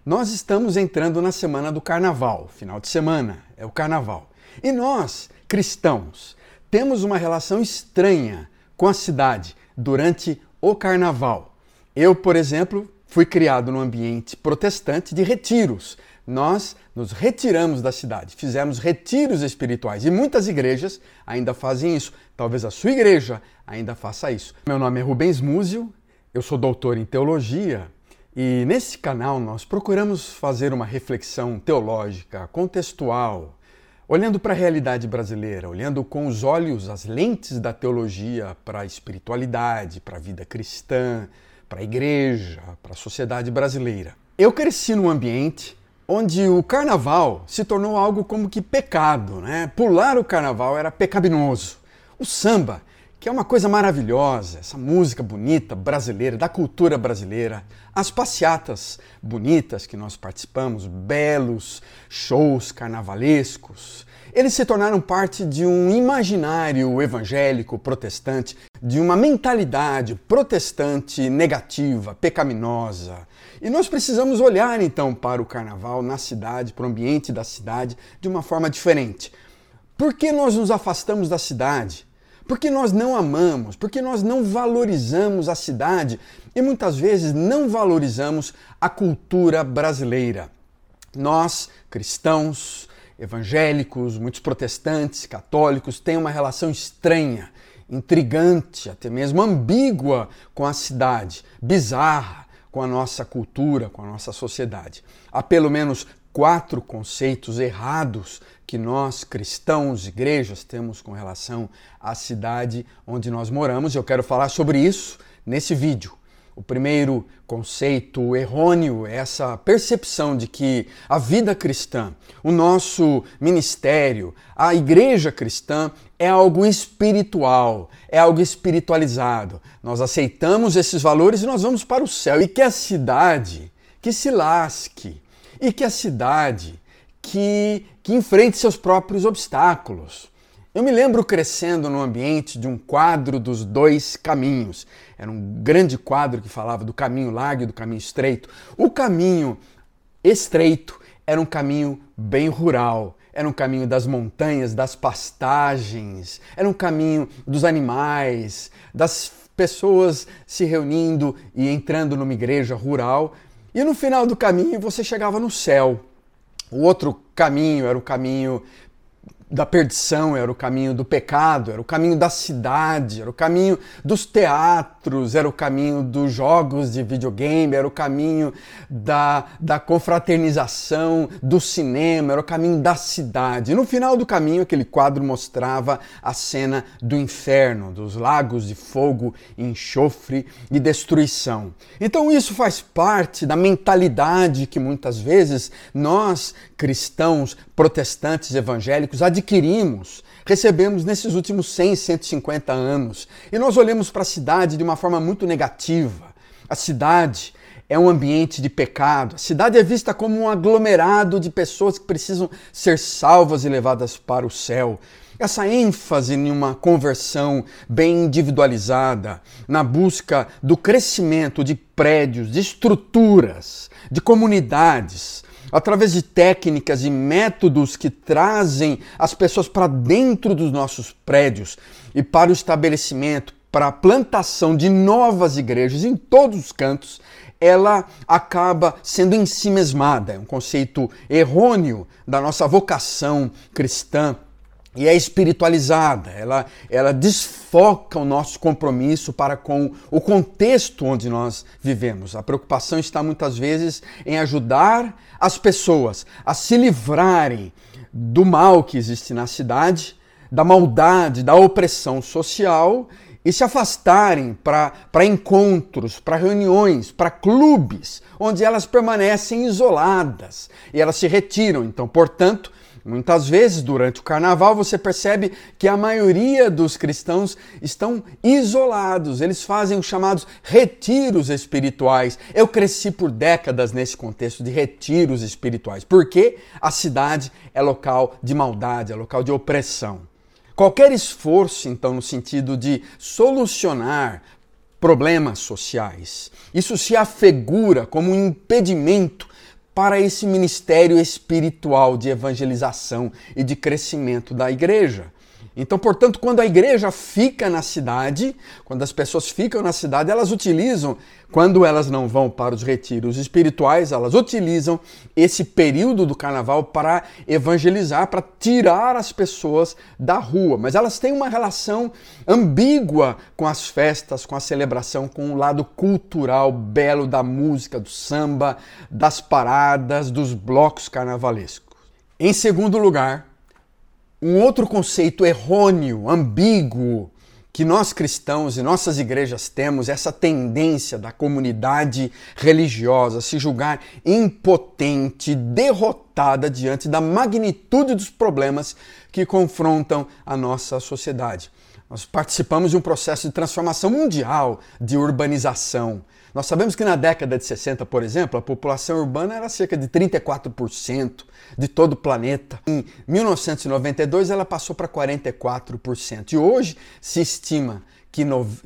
Nós estamos entrando na semana do Carnaval, final de semana é o Carnaval. E nós, cristãos, temos uma relação estranha com a cidade durante o Carnaval. Eu, por exemplo, fui criado num ambiente protestante de retiros. Nós nos retiramos da cidade, fizemos retiros espirituais e muitas igrejas ainda fazem isso. Talvez a sua igreja ainda faça isso. Meu nome é Rubens Múzio, eu sou doutor em teologia e nesse canal nós procuramos fazer uma reflexão teológica, contextual, olhando para a realidade brasileira, olhando com os olhos, as lentes da teologia para a espiritualidade, para a vida cristã, para a igreja, para a sociedade brasileira. Eu cresci num ambiente onde o carnaval se tornou algo como que pecado, né? Pular o carnaval era pecaminoso. O samba, que é uma coisa maravilhosa, essa música bonita brasileira, da cultura brasileira, as passeatas bonitas que nós participamos, belos shows carnavalescos, eles se tornaram parte de um imaginário evangélico protestante, de uma mentalidade protestante negativa, pecaminosa. E nós precisamos olhar então para o carnaval na cidade, para o ambiente da cidade, de uma forma diferente. Por que nós nos afastamos da cidade? Por que nós não amamos? Por que nós não valorizamos a cidade? E muitas vezes não valorizamos a cultura brasileira. Nós, cristãos, evangélicos, muitos protestantes, católicos, têm uma relação estranha, intrigante, até mesmo ambígua com a cidade, bizarra com a nossa cultura, com a nossa sociedade. Há pelo menos 4 conceitos errados que nós, cristãos, igrejas, temos com relação à cidade onde nós moramos. Eu quero falar sobre isso nesse vídeo. O primeiro conceito errôneo é essa percepção de que a vida cristã, o nosso ministério, a igreja cristã é algo espiritual, é algo espiritualizado. Nós aceitamos esses valores e nós vamos para o céu. E que a cidade que se lasque, e que a cidade que enfrente seus próprios obstáculos. Eu me lembro crescendo no ambiente de um quadro dos 2 caminhos. Era um grande quadro que falava do caminho largo e do caminho estreito. O caminho estreito era um caminho bem rural. Era um caminho das montanhas, das pastagens. Era um caminho dos animais, das pessoas se reunindo e entrando numa igreja rural. E no final do caminho você chegava no céu. O outro caminho era o caminho da perdição, era o caminho do pecado, era o caminho da cidade, era o caminho dos teatros, era o caminho dos jogos de videogame, era o caminho da confraternização, do cinema, era o caminho da cidade. E no final do caminho, aquele quadro mostrava a cena do inferno, dos lagos de fogo, enxofre e destruição. Então isso faz parte da mentalidade que muitas vezes nós, cristãos, protestantes, evangélicos, adquirimos, recebemos nesses últimos 100, 150 anos. E nós olhamos para a cidade de uma forma muito negativa. A cidade é um ambiente de pecado. A cidade é vista como um aglomerado de pessoas que precisam ser salvas e levadas para o céu. Essa ênfase em uma conversão bem individualizada, na busca do crescimento de prédios, de estruturas, de comunidades, através de técnicas e métodos que trazem as pessoas para dentro dos nossos prédios e para o estabelecimento, para a plantação de novas igrejas em todos os cantos, ela acaba sendo ensimesmada. É um conceito errôneo da nossa vocação cristã e é espiritualizada. Ela desfoca o nosso compromisso para com o contexto onde nós vivemos. A preocupação está muitas vezes em ajudar as pessoas a se livrarem do mal que existe na cidade, da maldade, da opressão social e se afastarem para encontros, para reuniões, para clubes, onde elas permanecem isoladas e elas se retiram. Então, portanto, muitas vezes, durante o carnaval, você percebe que a maioria dos cristãos estão isolados. Eles fazem os chamados retiros espirituais. Eu cresci por décadas nesse contexto de retiros espirituais, porque a cidade é local de maldade, é local de opressão. Qualquer esforço, então, no sentido de solucionar problemas sociais, isso se afigura como um impedimento para esse ministério espiritual de evangelização e de crescimento da igreja. Então, portanto, quando a igreja fica na cidade, quando as pessoas ficam na cidade, elas utilizam, quando elas não vão para os retiros espirituais, elas utilizam esse período do carnaval para evangelizar, para tirar as pessoas da rua. Mas elas têm uma relação ambígua com as festas, com a celebração, com o lado cultural belo da música, do samba, das paradas, dos blocos carnavalescos. Em segundo lugar, um outro conceito errôneo, ambíguo, que nós cristãos e nossas igrejas temos, essa tendência da comunidade religiosa se julgar impotente, derrotada diante da magnitude dos problemas que confrontam a nossa sociedade. Nós participamos de um processo de transformação mundial, de urbanização. Nós sabemos que na década de 60, por exemplo, a população urbana era cerca de 34% de todo o planeta. Em 1992, ela passou para 44%. E hoje se estima que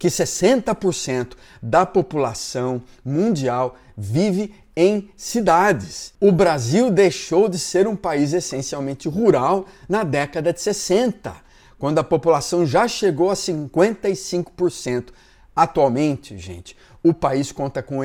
60% da população mundial vive em cidades. O Brasil deixou de ser um país essencialmente rural na década de 60, quando a população já chegou a 55%. Atualmente, gente, o país conta com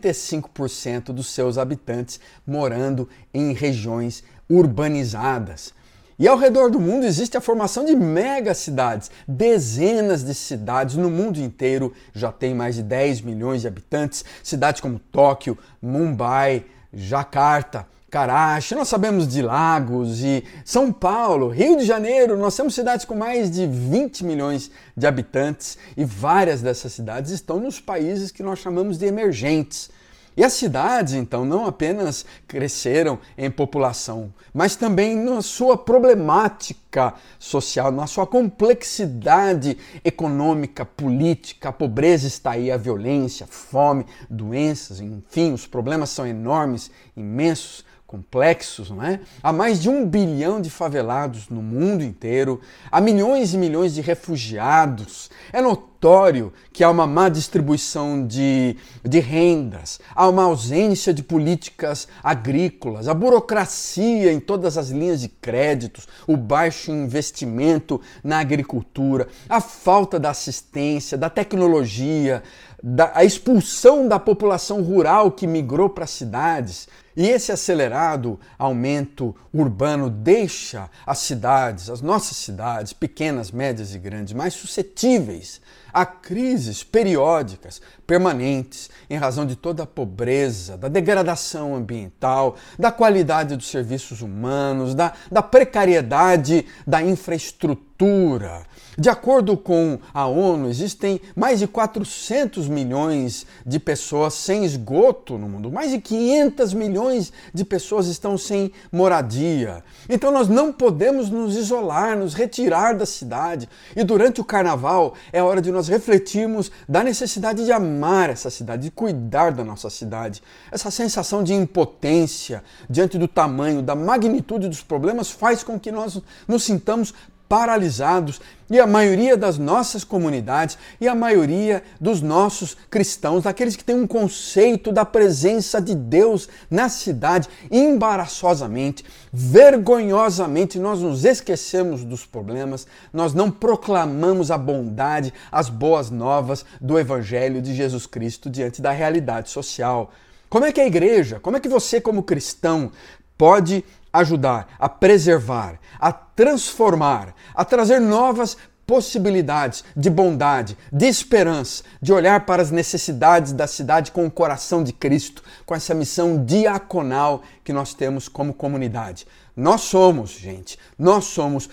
85% dos seus habitantes morando em regiões urbanizadas. E ao redor do mundo existe a formação de megacidades. Dezenas de cidades no mundo inteiro já têm mais de 10 milhões de habitantes. Cidades como Tóquio, Mumbai, Jakarta, Karachi, nós sabemos de Lagos e São Paulo, Rio de Janeiro, nós temos cidades com mais de 20 milhões de habitantes e várias dessas cidades estão nos países que nós chamamos de emergentes. E as cidades, então, não apenas cresceram em população, mas também na sua problemática social, na sua complexidade econômica, política. A pobreza está aí, a violência, a fome, doenças, enfim, os problemas são enormes, imensos, complexos, não é? Há mais de 1 bilhão de favelados no mundo inteiro, há milhões e milhões de refugiados. É notório que há uma má distribuição de rendas, há uma ausência de políticas agrícolas, a burocracia em todas as linhas de créditos, o baixo investimento na agricultura, a falta da assistência, da tecnologia, a expulsão da população rural que migrou para as cidades. E esse acelerado aumento urbano deixa as cidades, as nossas cidades, pequenas, médias e grandes, mais suscetíveis a crises periódicas, permanentes, em razão de toda a pobreza, da degradação ambiental, da qualidade dos serviços humanos, da precariedade da infraestrutura. De acordo com a ONU, existem mais de 400 milhões de pessoas sem esgoto no mundo. Mais de 500 milhões de pessoas estão sem moradia. Então nós não podemos nos isolar, nos retirar da cidade. E durante o carnaval é hora de nós refletirmos da necessidade de amar essa cidade, de cuidar da nossa cidade. Essa sensação de impotência diante do tamanho, da magnitude dos problemas faz com que nós nos sintamos paralisados, e a maioria das nossas comunidades e a maioria dos nossos cristãos, daqueles que têm um conceito da presença de Deus na cidade, embaraçosamente, vergonhosamente, nós nos esquecemos dos problemas, nós não proclamamos a bondade, as boas novas do Evangelho de Jesus Cristo diante da realidade social. Como é que a igreja, como é que você como cristão pode ajudar a preservar, a transformar, a trazer novas possibilidades de bondade, de esperança, de olhar para as necessidades da cidade com o coração de Cristo, com essa missão diaconal que nós temos como comunidade? Nós somos, gente, nós somos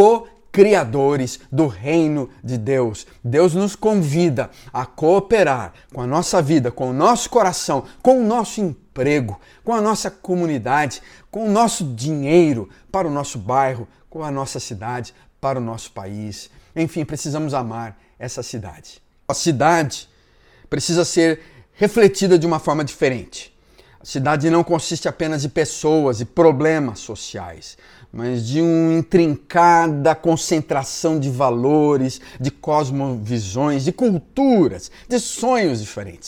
co-criadores do reino de Deus. Deus nos convida a cooperar com a nossa vida, com o nosso coração, com o nosso emprego, com a nossa comunidade, com o nosso dinheiro para o nosso bairro, com a nossa cidade, para o nosso país. Enfim, precisamos amar essa cidade. A cidade precisa ser refletida de uma forma diferente. A cidade não consiste apenas de pessoas e problemas sociais, mas de uma intrincada concentração de valores, de cosmovisões, de culturas, de sonhos diferentes.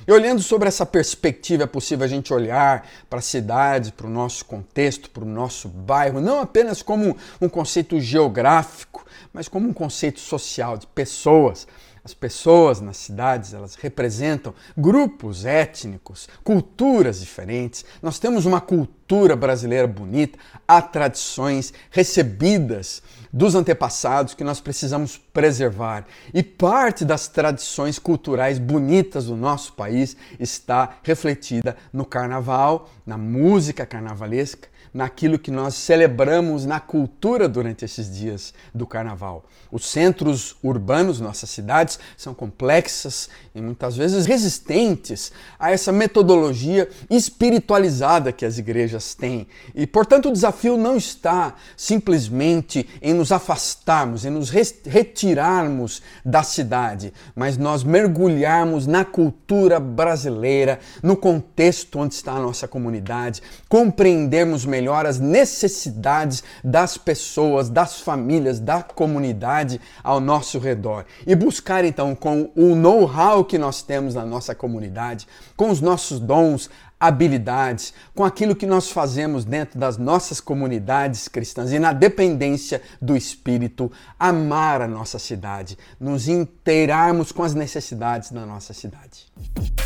E olhando sobre essa perspectiva, é possível a gente olhar para a cidade, para o nosso contexto, para o nosso bairro, não apenas como um conceito geográfico, mas como um conceito social de pessoas. As pessoas nas cidades, elas representam grupos étnicos, culturas diferentes. Nós temos uma cultura brasileira bonita, há tradições recebidas dos antepassados que nós precisamos preservar. E parte das tradições culturais bonitas do nosso país está refletida no carnaval, na música carnavalesca, naquilo que nós celebramos na cultura durante esses dias do carnaval. Os centros urbanos, nossas cidades, são complexas e muitas vezes resistentes a essa metodologia espiritualizada que as igrejas têm. E, portanto, o desafio não está simplesmente em nos afastarmos, em nos retirarmos da cidade, mas nós mergulharmos na cultura brasileira, no contexto onde está a nossa comunidade, compreendermos melhor as necessidades das pessoas, das famílias, da comunidade ao nosso redor e buscar então com o know-how que nós temos na nossa comunidade, com os nossos dons, habilidades, com aquilo que nós fazemos dentro das nossas comunidades cristãs e na dependência do Espírito, amar a nossa cidade, nos inteirarmos com as necessidades da nossa cidade.